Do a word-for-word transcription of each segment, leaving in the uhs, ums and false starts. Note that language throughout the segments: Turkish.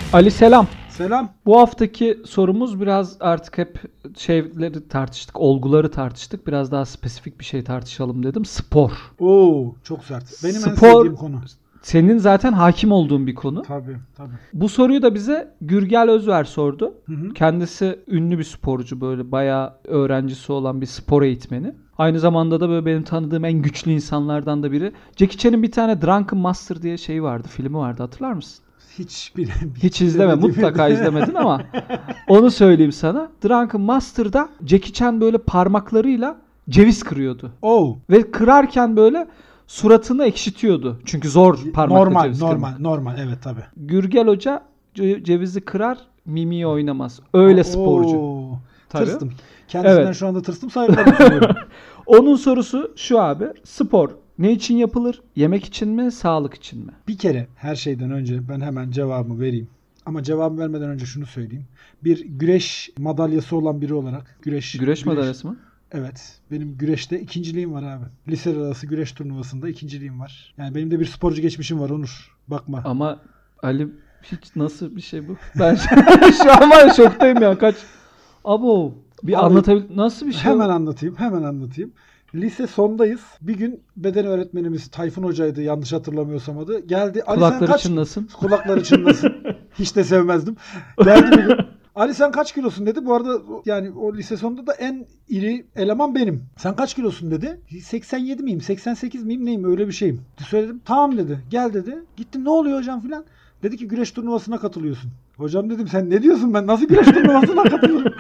Ali selam. Selam. Bu haftaki sorumuz biraz artık hep şeyleri tartıştık, olguları tartıştık. Biraz daha spesifik bir şey tartışalım dedim. Spor. Oo, çok sert. Benim Spor, en sevdiğim konu. Senin zaten hakim olduğun bir konu. Tabii, tabii. Bu soruyu da bize Gürgel Özver sordu. Hı hı. Kendisi ünlü bir sporcu, böyle bayağı öğrencisi olan bir spor eğitmeni. Aynı zamanda da böyle benim tanıdığım en güçlü insanlardan da biri. Jackie Chan'ın bir tane Drunken Master diye şeyi vardı, filmi vardı, hatırlar mısın? Hiç bile, Hiç izleme, mutlaka izlemedin ama onu söyleyeyim sana. Drunken Master'da Jackie Chan böyle parmaklarıyla ceviz kırıyordu. Oh. Ve kırarken böyle suratını ekşitiyordu. Çünkü zor parmakla normal, ceviz normal, kırmak. normal, evet tabii. Gürgel Hoca ce- cevizi kırar, mimiği oynamaz. Öyle sporcu. Oo. Tabii. Tırstım. Kendisinden Evet. şu anda tırstım, saygılarımı sunuyorum. Onun sorusu şu abi. Spor ne için yapılır? Yemek için mi, sağlık için mi? Bir kere her şeyden önce ben hemen cevabımı vereyim. Ama cevabı vermeden önce şunu söyleyeyim. Bir güreş madalyası olan biri olarak güreş Güreş madalyası mı? Evet. Benim güreşte ikinciliğim var abi. Lise arası güreş turnuvasında ikinciliğim var. Yani benim de bir sporcu geçmişim var Onur. Bakma. Ama Ali hiç nasıl bir şey bu? Ben şu an var ya, şoktayım ya. Kaç? Abo. Bir Abi, anlatabil... Nasıl bir şey? Hemen o? anlatayım. Hemen anlatayım. Lise sondayız. Bir gün beden öğretmenimiz Tayfun Hoca'ydı, yanlış hatırlamıyorsam adı. Geldi. Ali sen Kulakları kaç... çınlasın. Kulakları çınlasın. Hiç de sevmezdim. Geldi bir gün. Ali sen kaç kilosun dedi. Bu arada yani o lise sonunda da en iri eleman benim. Sen kaç kilosun dedi. seksen yedi miyim? seksen sekiz miyim? Neyim? Öyle bir şeyim. Söyledim. Tamam dedi. Gel dedi. Gittim. Ne oluyor hocam filan. Dedi ki güreş turnuvasına katılıyorsun. Hocam dedim sen ne diyorsun, ben nasıl güreş turnuvasına katılıyorum?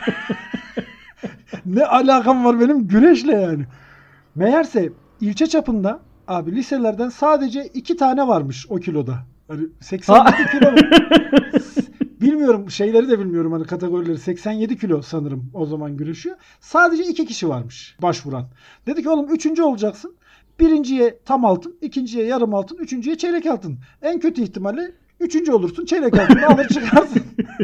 Ne alakam var benim güreşle yani. Meğerse ilçe çapında abi liselerden sadece iki tane varmış o kiloda. Hani seksen yedi kilo. Bilmiyorum, şeyleri de bilmiyorum, hani kategorileri. seksen yedi kilo sanırım o zaman güreşiyor. Sadece iki kişi varmış başvuran. Dedi ki oğlum üçüncü olacaksın. Birinciye tam altın, ikinciye yarım altın, üçüncüye çeyrek altın. En kötü ihtimalle üçüncü olursun, çeyrek altını alır çıkarsın.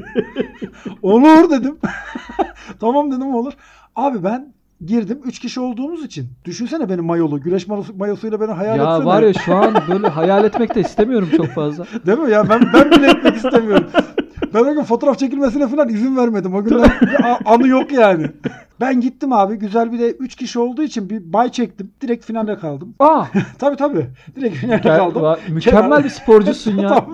Olur dedim. Tamam dedim, olur. Abi ben girdim. Üç kişi olduğumuz için. Düşünsene benim mayolu. Güreş mayosuyla beni hayal ya etsene. var ya, şu an böyle hayal etmek de istemiyorum çok fazla. Değil mi ya? Ben ben bile etmek istemiyorum. Ben o gün fotoğraf çekilmesine falan izin vermedim. O günden bir anı yok yani. Ben gittim abi. Güzel, bir de üç kişi olduğu için bir bay çektim. Direkt finale kaldım. Aa, tabii tabii. Direkt finale gel, kaldım. va- mükemmel bir sporcusun ya.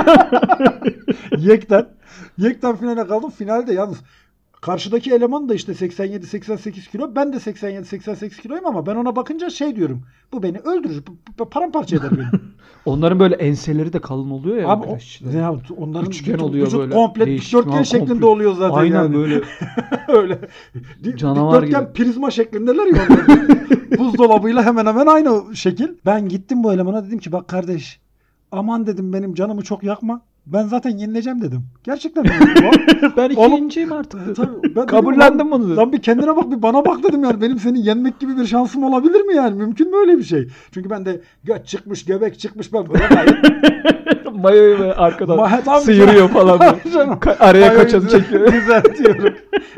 Yekten. Yekten finale kaldım. Finalde yalnız karşıdaki eleman da işte seksen yedi seksen sekiz kilo. Ben de seksen yedi seksen sekiz kiloyum ama ben ona bakınca şey diyorum. Bu beni öldürür. Bu paramparça eder beni. Onların böyle enseleri de kalın oluyor ya. Abi o, ya onların üçgen vücut, oluyor vücut böyle. komple Değişik, dikdörtgen ha, şeklinde komple. oluyor zaten. Aynen yani. böyle. Öyle. Di- Canavar dikdörtgen gibi. prizma şeklindeler ya onlar. Buzdolabıyla hemen hemen aynı şekil. Ben gittim bu elemana, dedim ki bak kardeş, aman dedim benim canımı çok yakma. Ben zaten yenileceğim dedim. Gerçekten dedim. Ben ikinciyim artık. Dedim. Tabii, ben Kabullendim dedim, bunu dedim. Lan bir kendine bak, bir bana bak dedim yani. Benim seni yenmek gibi bir şansım olabilir mi yani? Mümkün mü öyle bir şey? Çünkü ben de göt çıkmış, göbek çıkmış, ben böyle gayet Mayoyu böyle arkadan Ma- sıyırıyor falan böyle. Ka- araya Mayoyu kaçanı çekiyor. düzeltiyorum.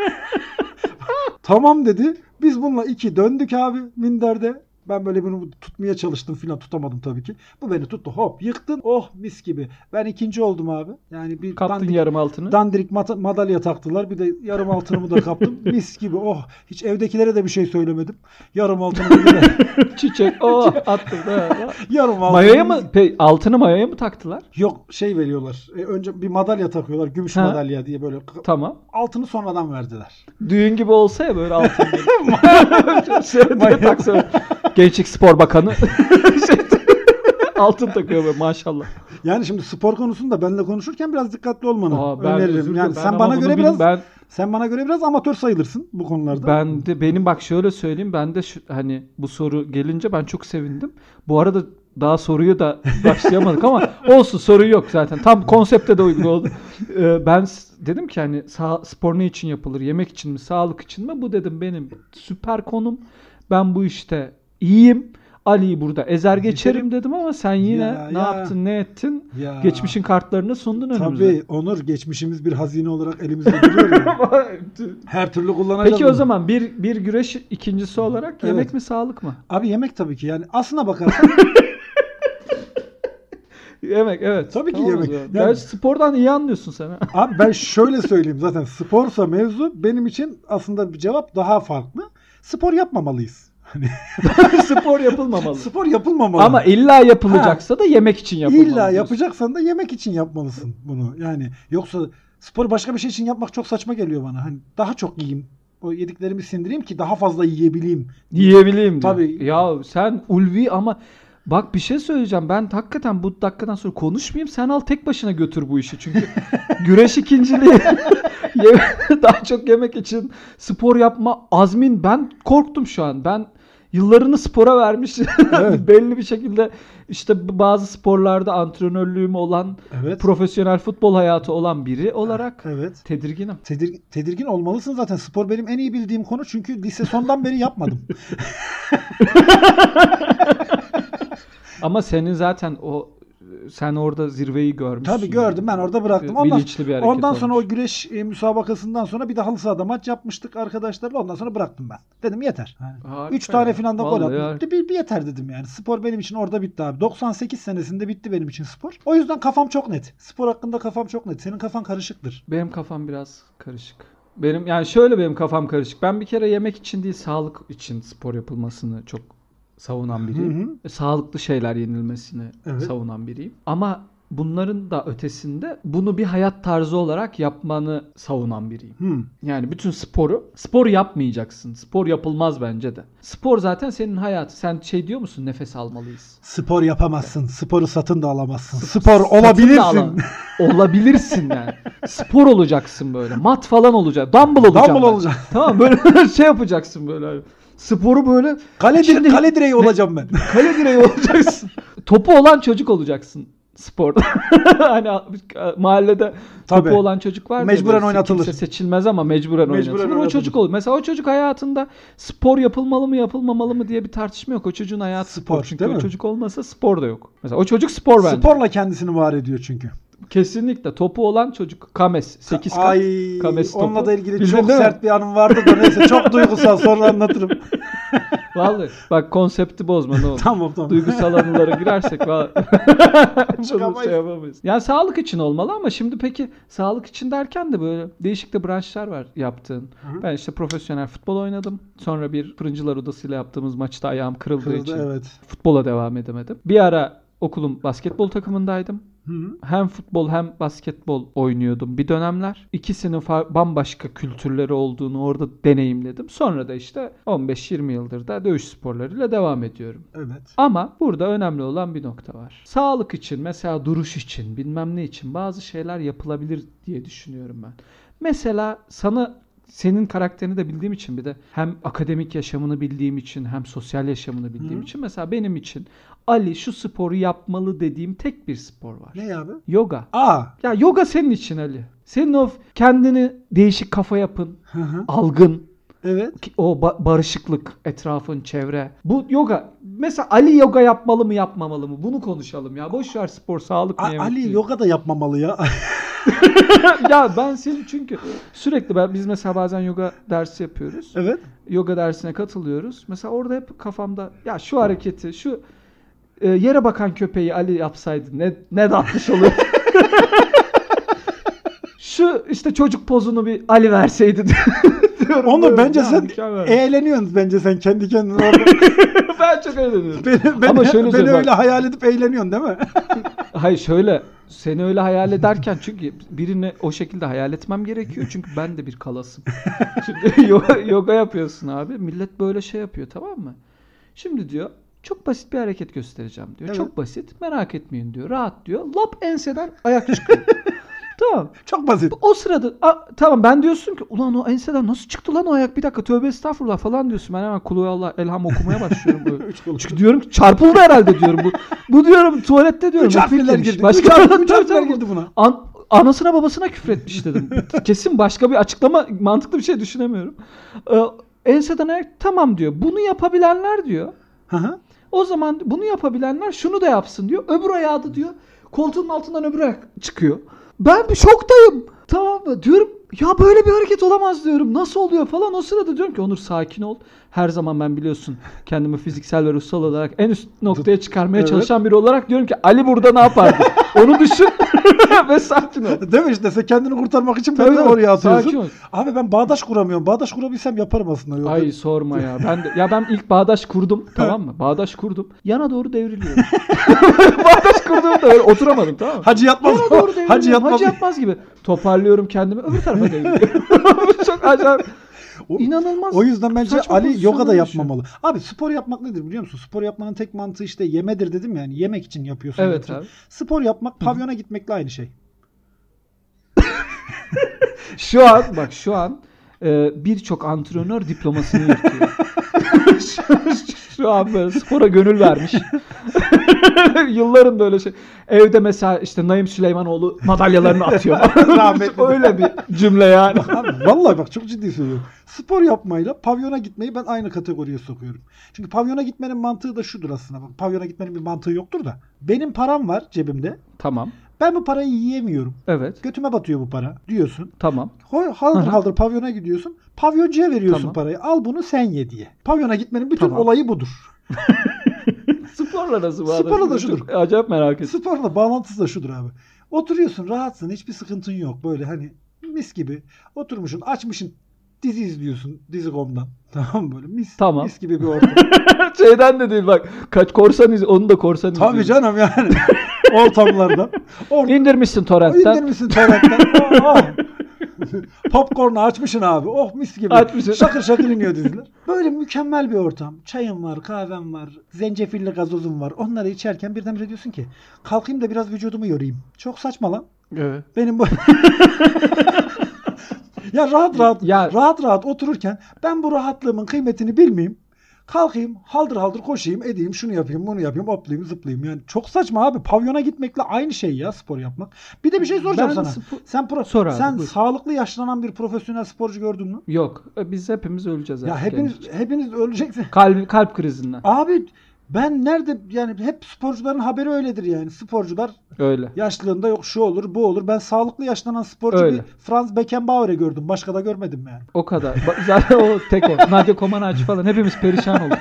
Tamam dedi. Biz bununla iki döndük abi minderde. Ben böyle bunu tutmaya çalıştım filan, tutamadım tabii ki. Bu beni tuttu, hop yıktın, oh mis gibi. Ben ikinci oldum abi. Yani bir Kaptın dandik, yarım altını. dandirik mat- madalya taktılar. Bir de yarım altınımı da kaptım. Mis gibi, oh. Hiç evdekilere de bir şey söylemedim. Yarım altınımı bile. Çiçek, oh attım. Yarım altınımı. Mayaya mı? Pe, altını mayaya mı taktılar? Yok, şey veriyorlar. E, önce bir madalya takıyorlar. Gümüş Ha. madalya diye böyle. Tamam. Altını sonradan verdiler. Düğün gibi olsa ya böyle altın. Şey taksa. Gençlik Spor Bakanı altın takıyor böyle, maşallah. Yani şimdi spor konusunda benimle konuşurken biraz dikkatli olmanı Aa, ben özür öneririm. dilerim. Yani Ben sen ama bana bunu göre bil- biraz ben sen bana göre biraz amatör sayılırsın bu konularda. ben de benim bak şöyle söyleyeyim, ben de şu, hani bu soru gelince ben çok sevindim. Bu arada daha soruyu da başlayamadık ama olsun, sorun yok zaten. Tam konsepte de uygun oldu. Ee, ben s- dedim ki hani sağ, spor ne için yapılır? Yemek için mi, sağlık için mi? Bu dedim benim süper konum. Ben bu işte iyiyim. Ali'yi burada ezer geçerim dedim ama sen yine Ya, ne ya. yaptın, ne ettin? Ya. Geçmişin kartlarını sundun önümüze. Tabii Onur, geçmişimiz bir hazine olarak elimizde duruyor ya. Her türlü kullanacağız. Peki o bunu. zaman bir bir güreş ikincisi olarak yemek Evet. mi, sağlık mı? Abi yemek tabii ki, yani aslına bakarsan Yemek evet. Tabii ki tamam yemek. Yani. Yani, Gerçi spordan iyi anlıyorsun sen. Ha? Abi ben şöyle söyleyeyim, zaten sporsa mevzu, benim için aslında bir cevap daha farklı. Spor yapmamalıyız. Spor yapılmamalı. Spor yapılmamalı. Ama illa yapılacaksa ha. da yemek için yapılmalı. İlla yapacaksan da yemek için yapmalısın bunu. Yani yoksa spor başka bir şey için yapmak çok saçma geliyor bana. Hani daha çok yiyeyim. O yediklerimi sindireyim ki daha fazla yiyebileyim. Yiyebileyim diyor. Tabii. Ya sen ulvi ama bak bir şey söyleyeceğim. Ben hakikaten bu dakikadan sonra konuşmayayım. Sen al tek başına götür bu işi. Çünkü güreş ikinciliği daha çok yemek için spor yapma azmin, ben korktum şu an. Ben yıllarını spora vermiş. Evet. Belli bir şekilde işte bazı sporlarda antrenörlüğüm olan, evet. profesyonel futbol hayatı olan biri olarak evet. tedirginim. Tedir, tedirgin olmalısın zaten. Spor benim en iyi bildiğim konu, çünkü lise sondan beri yapmadım. Ama senin zaten o sen orada zirveyi görmüşsün. Tabii gördüm, ben orada bıraktım. Ondan, Bilinçli bir hareket Ondan sonra olmuş. O güreş e, müsabakasından sonra bir de halı sahada maç yapmıştık arkadaşlarla. Ondan sonra bıraktım ben. Dedim yeter. Yani üç tane falan da gol attım. Bir, bir yeter dedim yani. Spor benim için orada bitti abi. doksan sekiz senesinde bitti benim için spor. O yüzden kafam çok net. Spor hakkında kafam çok net. Senin kafan karışıktır. Benim kafam biraz karışık. Benim yani şöyle benim kafam karışık. Ben bir kere yemek için değil, sağlık için spor yapılmasını çok savunan biriyim. Hı hı. E, sağlıklı şeyler yenilmesini evet. savunan biriyim. Ama bunların da ötesinde bunu bir hayat tarzı olarak yapmanı savunan biriyim. Hı. Yani bütün sporu, spor yapmayacaksın. Spor yapılmaz bence de. Spor zaten senin hayatı. Sen şey diyor musun? Nefes almalıyız. Spor yapamazsın. Sporu satın da alamazsın. Spor olabilirsin. Olabilirsin yani. Spor olacaksın böyle. Mat falan olacak. Dumbbell olacak. Dumbbell olacak. Tamam, böyle şey yapacaksın böyle. Sporu böyle kale, dire- kale direği olacağım ben. Kale direği olacaksın. Topu olan çocuk olacaksın sporda. Hani mahallede Tabii. topu olan çocuk var. Mecburen oynatılır. Kimse seçilmez ama mecburen, mecburen oynatılır. oynatılır. O çocuk olur. Mesela o çocuk hayatında spor yapılmalı mı yapılmamalı mı diye bir tartışma yok. O çocuğun hayatı spor. spor. Çünkü o çocuk olmasa spor da yok. Mesela o çocuk spor bence. Sporla kendisini var ediyor çünkü. Kesinlikle. Topu olan çocuk. Kames. sekiz kat. Ay, Kames topu. Onunla da ilgili Bildin çok sert bir anım vardı da neyse, çok duygusal, sonra anlatırım. Vallahi bak, konsepti bozma ne olur. Tamam tamam. Duygusal anılara girersek vallahi bunu şey yapamayız. Yani sağlık için olmalı ama şimdi peki sağlık için derken de böyle değişik de branşlar var yaptığın. Hı-hı. Ben işte profesyonel futbol oynadım. Sonra bir fırıncılar odasıyla yaptığımız maçta ayağım kırıldığı Kırıldı, için evet. futbola devam edemedim. Bir ara okulun basketbol takımındaydım. Hı-hı. Hem futbol hem basketbol oynuyordum bir dönemler. İkisinin fa- bambaşka kültürleri olduğunu orada deneyimledim. Sonra da işte on beş yirmi yıldır da dövüş sporlarıyla devam ediyorum. Evet. Ama burada önemli olan bir nokta var. Sağlık için, mesela duruş için, bilmem ne için bazı şeyler yapılabilir diye düşünüyorum ben. Mesela sana, senin karakterini de bildiğim için, bir de hem akademik yaşamını bildiğim için hem sosyal yaşamını bildiğim Hı. için, mesela benim için Ali şu sporu yapmalı dediğim tek bir spor var. Ne abi? Yoga. Aa. Ya yoga senin için Ali. Senin o kendini değişik kafa yapın, hı hı. algın. Evet. O ba- barışıklık, etrafın, çevre. Bu yoga. Mesela Ali yoga yapmalı mı yapmamalı mı? Bunu konuşalım ya. Boş ver spor, sağlık mı? A- Ali değil. Yoga da yapmamalı ya. Ya ben seni çünkü sürekli ben, biz mesela bazen yoga dersi yapıyoruz. Evet. Yoga dersine katılıyoruz. Mesela orada hep kafamda ya şu hareketi, şu e, yere bakan köpeği Ali yapsaydı ne ne tatlış olur. Şu işte çocuk pozunu bir Ali verseydi diyorum. Onu bence ya, sen eğleniyorsun, bence sen kendi kendine orada. Ben çok eğleniyorum. Beni, beni, Ama şöyle beni öyle bak. hayal edip eğleniyorsun değil mi? Hayır şöyle, seni öyle hayal ederken çünkü birini o şekilde hayal etmem gerekiyor. Çünkü ben de bir kalasım. Şimdi yoga, yoga yapıyorsun abi. Millet böyle şey yapıyor, tamam mı? Şimdi diyor çok basit bir hareket göstereceğim diyor. Evet. Çok basit, merak etmeyin diyor. Rahat diyor. Lap enseden ayak çıkıyor. Tamam. Çok basit. O sırada a, tamam ben diyorsun ki ulan o enseden nasıl çıktı lan o ayak, bir dakika tövbe estağfurullah falan diyorsun. Ben hemen Kulüvallah elham okumaya başlıyorum böyle. Çünkü diyorum ki çarpıldı herhalde diyorum. Bu, bu diyorum tuvalette diyorum. Üç harfler girdi. Başka üç harfler girdi buna. An, anasına babasına küfretmiş dedim. Kesin başka bir açıklama, mantıklı bir şey düşünemiyorum. Ee, enseden ayak tamam diyor. Bunu yapabilenler diyor. Hı hı. O zaman bunu yapabilenler şunu da yapsın diyor. Öbür ayağı da diyor koltuğun altından öbür ayak çıkıyor. Ben bir şoktayım. Tamam mı? Diyorum ya böyle bir hareket olamaz diyorum. Nasıl oluyor falan. O sırada diyorum ki Onur sakin ol. Her zaman ben biliyorsun kendimi fiziksel ve ruhsal olarak en üst noktaya çıkarmaya Evet. çalışan biri olarak diyorum ki Ali burada ne yapardı? Onu düşün ve sakin ol. Değil mi işte sen kendini kurtarmak için Tabii, beni oraya atıyorsun. sakin ol. Abi ben bağdaş kuramıyorum. Bağdaş kurabilsem yaparım aslında. Yok. Ay sorma ya. Ben de, ya ben ilk bağdaş kurdum tamam mı? Bağdaş kurdum. Yana doğru devriliyorum. Bağdaş kurdum da öyle oturamadım tamam mı? Hacı yatmaz. Yana doğru devriliyorum. Hacı yatmaz. Hacı yatmaz gibi. Toparlıyorum kendimi. Öbür tarafa devriliyorum. Çok acayip. O- İnanılmaz. O yüzden bence saçma Ali yoga da pozisyonlar yapmamalı. Abi spor yapmak nedir biliyor musun? Spor yapmanın tek mantığı işte yemedir dedim ya. Yani yemek için yapıyorsun. Evet yapıyorsun. abi. Spor yapmak pavyona gitmekle aynı şey. Şu an bak şu an e, birçok antrenör diplomasını yırtıyor. şu, şu an böyle spora gönül vermiş. Yılların böyle şey. Evde mesela işte Naim Süleymanoğlu madalyalarını atıyor. Rahmetli. Öyle bir cümle yani. Abi, vallahi bak çok ciddi söylüyorum. Spor yapmayla pavyona gitmeyi ben aynı kategoriye sokuyorum. Çünkü pavyona gitmenin mantığı da şudur aslında. Bak, pavyona gitmenin bir mantığı yoktur da. Benim param var cebimde. Tamam. Ben bu parayı yiyemiyorum. Evet. Götüme batıyor bu para diyorsun. Tamam. Ho- Haldır Hı hı. haldır pavyona gidiyorsun. Pavyoncuya veriyorsun Tamam. parayı. Al bunu sen ye diye. Pavyona gitmenin bütün Tamam. olayı budur. Sporla nasıl Sporla da şudur. Çok acayip merak ettim. Sporla bağlantısı da şudur abi. Oturuyorsun rahatsın. Hiçbir sıkıntın yok. Böyle hani mis gibi oturmuşsun açmışsın dizi izliyorsun dizi nokta com'dan. Tamam mı böyle mis, Tamam. mis gibi bir ortam. Şeyden de değil bak. Kaç korsan iz onu da korsan izliyor. Tabii canım yani. Ortamlardan. Or İndirmişsin torrentten. İndirmişsin torrentten. Oh, popcorn'u açmışsın abi. Oh mis gibi. Açmışsın. Şakır şakır iniyor diziler. Böyle mükemmel bir ortam. Çayım var, kahvem var, zencefilli gazozum var. Onları içerken birdenbire diyorsun ki kalkayım da biraz vücudumu yorayım. Çok saçma lan. Evet. Benim bu... ya rahat rahat Ya- rahat rahat otururken ben bu rahatlığımın kıymetini bilmeyeyim. Kalkayım haldır haldır koşayım edeyim şunu yapayım bunu yapayım hoplayayım zıplayayım. Yani çok saçma abi. Pavyona gitmekle aynı şey ya spor yapmak. Bir de bir şey soracağım Ben sana. spor- Sen pro- Sor abi, sen buyur. sağlıklı yaşlanan bir profesyonel sporcu gördün mü? Yok. Biz hepimiz öleceğiz. Ya artık hepiniz genç. hepiniz öleceksiniz. Kalp, kalp krizinden. Abi ben nerede yani hep sporcuların haberi öyledir yani. Sporcular Öyle. yaşlılığında yok şu olur bu olur. Ben sağlıklı yaşlanan sporcu Öyle. bir Franz Beckenbauer'i gördüm. Başka da görmedim yani. O kadar. Ba- Zaten o tek o. Nadia Comaneci falan hepimiz perişan olduk.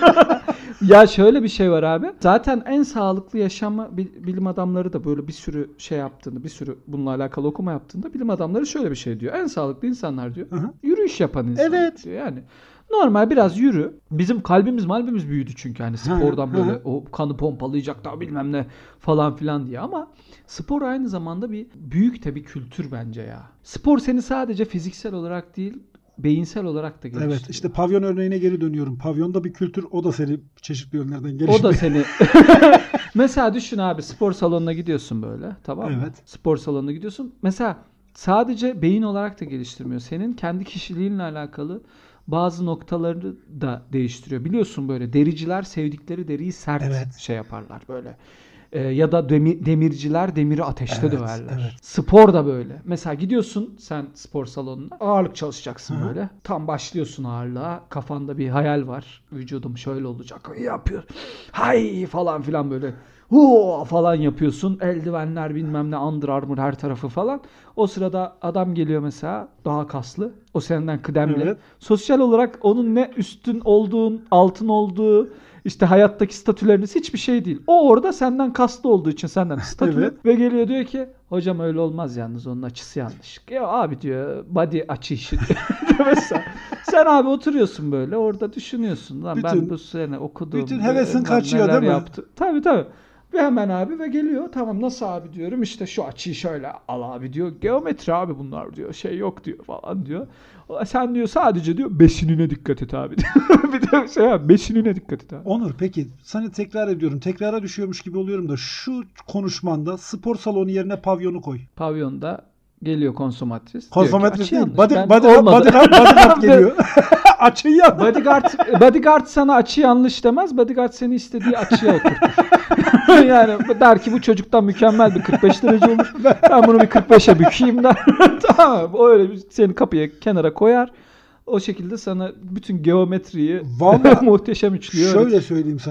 Ya şöyle bir şey var abi. Zaten en sağlıklı yaşamı bil- bilim adamları da böyle bir sürü şey yaptığında, bir sürü bununla alakalı okuma yaptığında bilim adamları şöyle bir şey diyor. En sağlıklı insanlar diyor. Hı hı. Yürüyüş yapan insan Evet. diyor. Yani normal biraz yürü. Bizim kalbimiz malbimiz büyüdü çünkü hani spordan hı böyle hı. o kanı pompalayacak da bilmem ne falan filan diye ama spor aynı zamanda bir büyük de bir kültür bence ya. Spor seni sadece fiziksel olarak değil beyinsel olarak da geliştiriyor. Evet işte pavyon örneğine geri dönüyorum. Pavyonda bir kültür o da seni çeşitli yönlerden geliştiriyor. O da seni mesela düşün abi spor salonuna gidiyorsun böyle tamam mı? Evet. Spor salonuna gidiyorsun. Mesela sadece beyin olarak da geliştirmiyor. Senin kendi kişiliğinle alakalı bazı noktaları da değiştiriyor. Biliyorsun böyle dericiler sevdikleri deriyi sert Evet. şey yaparlar böyle. Ee, ya da demir, demirciler demiri ateşte Evet, döverler. evet. Spor da böyle. Mesela gidiyorsun sen spor salonuna ağırlık çalışacaksın Hı hı. böyle. Tam başlıyorsun ağırlığa. Kafanda bir hayal var. Vücudum şöyle olacak. Yapıyor. Hay falan filan böyle. Hu falan yapıyorsun. Eldivenler bilmem ne Under Armour her tarafı falan. O sırada adam geliyor mesela daha kaslı. O senden kıdemli. Evet. Sosyal olarak onun ne üstün olduğun, altın olduğu, işte hayattaki statüleriniz hiçbir şey değil. O orada senden kaslı olduğu için senden statülü. Evet. Ve geliyor diyor ki hocam öyle olmaz yalnız onun açısı yanlış. Ya abi diyor body açı işi diyor. Mesela sen abi oturuyorsun böyle orada düşünüyorsun. Lan ben Bütün- bu sene okudum. bütün hevesin ben kaçıyor, neler değil mi? yaptım. Tabii tabii. Ve hemen abi ve geliyor. Tamam nasıl abi diyorum. İşte şu açıyı şöyle al abi diyor. Geometri abi bunlar diyor. Şey yok diyor falan diyor. Sen diyor sadece diyor besinine dikkat et abi diyor. Bir de şey abi besinine dikkat et abi. Onur peki sana tekrar ediyorum. Tekrara düşüyormuş gibi oluyorum da şu konuşmanda spor salonu yerine pavyonu koy. Pavyonda geliyor konsomatris. Konsomatris değil. Body, Body, ben, body, olmadı. bodyguard, bodyguard geliyor. Açıyı yap. Bodyguard, bodyguard sana açı yanlış demez. Bodyguard seni istediği açıya oturtur. Yani der ki bu çocuktan mükemmel bir kırk beş derece olur. Ben bunu bir kırk beşe bükeyim der. Tamam. O öyle bir seni kapıya kenara koyar. O şekilde sana bütün geometriyi Vallahi muhteşem üçlüyor. Şöyle söyleyeyim sana.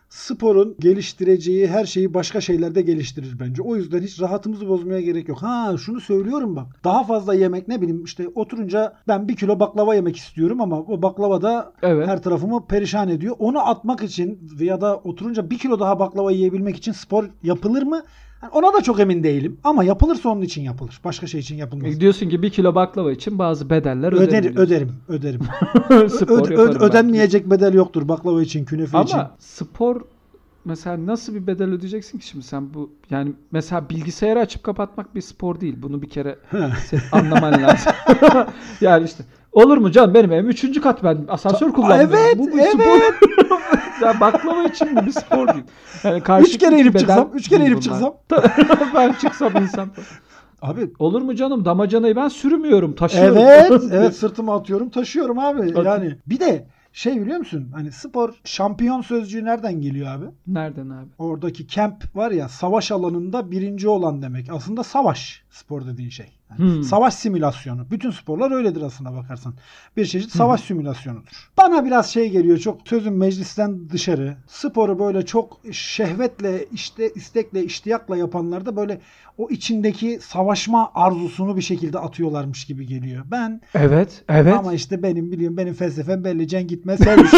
sporun geliştireceği her şeyi başka şeylerde geliştirir bence. O yüzden hiç rahatımızı bozmaya gerek yok. Ha şunu söylüyorum bak. Daha fazla yemek ne bileyim işte oturunca ben bir kilo baklava yemek istiyorum ama o baklava da Evet. her tarafımı perişan ediyor. Onu atmak için ya da oturunca bir kilo daha baklava yiyebilmek için spor yapılır mı? Yani ona da çok emin değilim. Ama yapılırsa onun için yapılır. Başka şey için yapılmaz. E, diyorsun ki bir kilo baklava için bazı bedeller Öderim, öderim. öderim, öderim. Spor Ö- ö- yaparım ödenmeyecek bedel yoktur baklava için, künefe belki. için. Ama spor mesela nasıl bir bedel ödeyeceksin ki şimdi sen bu yani mesela bilgisayarı açıp kapatmak bir spor değil. Bunu bir kere sen anlaman lazım. Yani işte olur mu canım benim evim üçüncü kat ben asansör kullanmıyorum. Evet, Bu bir evet. spor. Ya baklava için mi bir spor değil. Yani Üç kere inip çıksam, üç kere inip çıksam. Ben çıksam insan. Abi Olur mu canım? Damacanayı ben sürmüyorum, taşıyorum. evet, evet sırtıma atıyorum, taşıyorum abi. At- Yani bir de şey biliyor musun? Hani spor şampiyon sözcüğü nereden geliyor abi? Nereden abi? Oradaki camp var ya savaş alanında birinci olan demek. Aslında savaş spor dediğin şey. Yani Hmm. Savaş simülasyonu. Bütün sporlar öyledir aslına bakarsan. Bir çeşit savaş simülasyonudur. Bana biraz şey geliyor çok sözüm meclisten dışarı. Sporu böyle çok şehvetle, işte istekle, iştiyakla yapanlar da böyle o içindeki savaşma arzusunu bir şekilde atıyorlarmış gibi geliyor. Ben Evet, evet. ama işte benim biliyorum benim felsefem belli. Can gitmez sevmiş.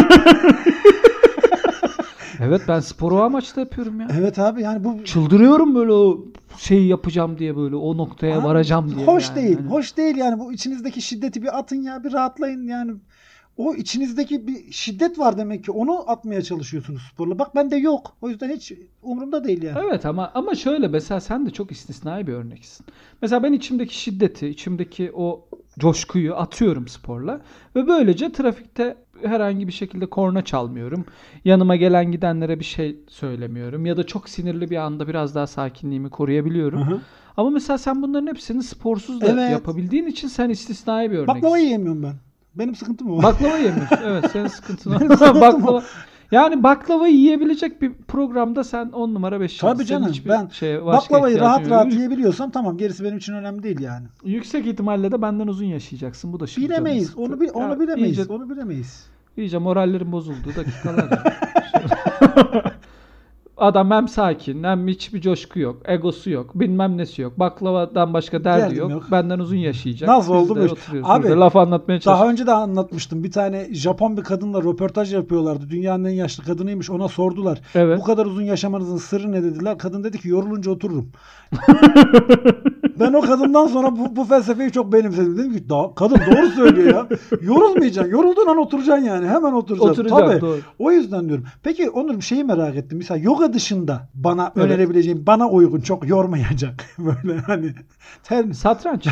Evet ben sporu o amaçla yapıyorum ya. Evet abi yani bu Çıldırıyorum böyle o şeyi yapacağım diye böyle o noktaya Abi, varacağım diye. Hoş yani. değil. Hani- Hoş değil yani bu içinizdeki şiddeti bir atın ya bir rahatlayın yani. O içinizdeki bir şiddet var demek ki onu atmaya çalışıyorsunuz sporla. Bak bende yok. O yüzden hiç umurumda değil yani. Evet ama ama şöyle mesela sen de çok istisnai bir örneksin. Mesela ben içimdeki şiddeti, içimdeki o coşkuyu atıyorum sporla ve böylece trafikte herhangi bir şekilde korna çalmıyorum. Yanıma gelen gidenlere bir şey söylemiyorum ya da çok sinirli bir anda biraz daha sakinliğimi koruyabiliyorum. Hı hı. Ama mesela sen bunların hepsini sporsuz da Evet. yapabildiğin için sen istisnai bir örneksin. Baklava yiyemiyorum ben. Benim sıkıntım o. Baklava yemiyorsun. Evet senin sıkıntın o. Benim sıkıntım Baklava. o. Yani baklavayı yiyebilecek bir programda sen on numara beş Tabii yıldız. Senin canım, hiçbir ben şeye başka Baklavayı ihtiyacın rahat yok. rahat yiyebiliyorsam tamam gerisi benim için önemli değil yani. Yüksek ihtimalle de benden uzun yaşayacaksın. Bu da şimdi Bilemeyiz. canımı Onu sıktı. bi- onu Ya bilemeyiz. iyice- Onu bilemeyiz. İyice morallerin bozulduğu dakikalar. ya. Adam hem sakin hem hiçbir coşku yok. Egosu yok. Bilmem nesi yok. Baklavadan başka derdi Derdim yok. yok. Benden uzun yaşayacak. Nasıl Biz oldu de bu iş? oturuyoruz Abi, burada laf anlatmaya çalışıyoruz. Daha önce de anlatmıştım. Bir tane Japon bir kadınla röportaj yapıyorlardı. Dünyanın en yaşlı kadınıymış. Ona sordular. Evet. Bu kadar uzun yaşamanızın sırrı ne dediler. Kadın dedi ki yorulunca otururum. Ben o kadından sonra bu, bu felsefeyi çok benimsedim. Dedim ki da, kadın doğru söylüyor ya. Yorulmayacaksın. Yorulduğun an oturacaksın yani. Hemen oturacaksın. Oturacağım, Tabii. doğru. O yüzden diyorum. Peki Onur bir şeyi merak ettim. Mesela yoga dışında bana Evet. önerebileceğim, bana uygun, çok yormayacak. Böyle hani ter, Satranç.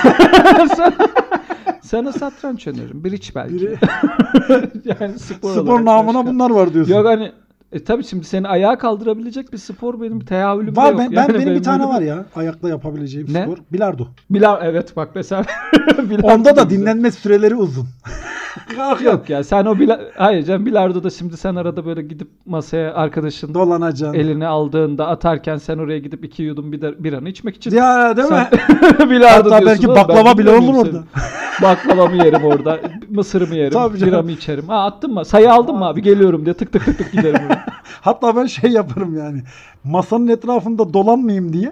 Sana satranç öneririm. Bridge belki. Biri- yani spor, spor olarak namına başka. bunlar var diyorsun. Yok hani e tabii şimdi seni ayağa kaldırabilecek bir spor benim tehavülümde Var yok. ben, ben Yani benim bir tane böyle var ya ayakta yapabileceğim Ne? spor. Bilardo. Bilar evet bak mesela. bilardo Onda da güzel. dinlenme süreleri uzun. Yok ya sen o bilar hayır canım bilardoda şimdi sen arada böyle gidip masaya arkadaşın Dolanacaksın. elini aldığında atarken sen oraya gidip iki yudum bir biranı içmek için Ya değil mi? sen bilardo Hatta diyorsun belki oğlum, baklava ben bile olur bilmiyorum orada. seni. Baklavamı yerim orada. Mısırımı yerim. Tabii canım. Biramı içerim. Ha attın mı? Sayı aldın mı abi? Geliyorum diye tık tık tık tık giderim oraya. Hatta ben şey yaparım yani. Masanın etrafında dolanmayayım diye.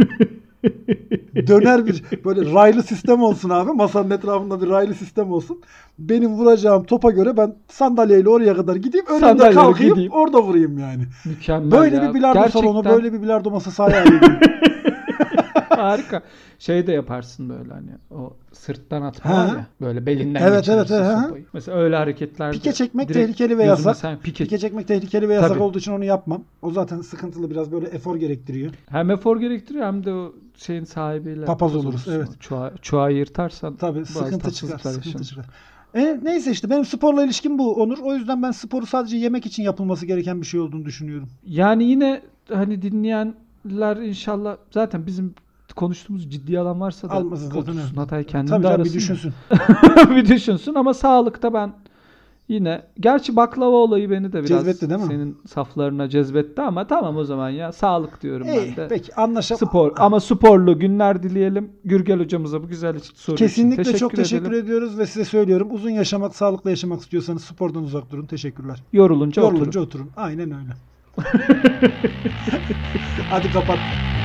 Döner bir böyle raylı sistem olsun abi. Masanın etrafında bir raylı sistem olsun. Benim vuracağım topa göre ben sandalyeyle oraya kadar gideyim. Önünde Sandalyeyle kalkayım. gideyim. Orada vurayım yani. Mükemmel Böyle ya. bir bilardo Gerçekten salonu, böyle bir bilardo masası hayal ediyorum. harika. Şey de yaparsın böyle hani o sırttan atma Ha. var ya. Böyle belinden Evet, geçirirsin evet, evet, sopayı. Mesela öyle hareketlerde. Pike çekmek direkt tehlikeli ve gözüme yasak. sen pike, Pike çekmek tehlikeli ve yasak Tabii. olduğu için onu yapmam. O zaten sıkıntılı biraz böyle efor gerektiriyor. hem efor gerektiriyor hem de o şeyin sahibiyle Papaz papaz oluruz, olursun. evet. Çuha, çuhağı yırtarsan Tabii bazı sıkıntı çıkar. tatsızlıklar Sıkıntı yaşanır. çıkar. E, neyse işte benim sporla ilişkim bu Onur. O yüzden ben sporu sadece yemek için yapılması gereken bir şey olduğunu düşünüyorum. Yani yine hani dinleyenler inşallah zaten bizim konuştuğumuz ciddi alan varsa da Almasın zaten, otursun evet. hatayı kendinde Tabii canım arasın. bir düşünsün. bir düşünsün ama sağlıkta ben yine gerçi baklava olayı beni de biraz Cezbetti değil mi? senin saflarına cezbetti ama tamam o zaman ya sağlık diyorum İyi, ben de. peki anlaşalım. Spor ama sporlu günler dileyelim. Gürgel hocamıza bu güzel soru Kesinlikle için çok teşekkür edelim. ediyoruz ve size söylüyorum. Uzun yaşamak, sağlıklı yaşamak istiyorsanız spordan uzak durun. Teşekkürler. Yorulunca, Yorulunca oturun. oturun. Aynen öyle. Hadi kapat.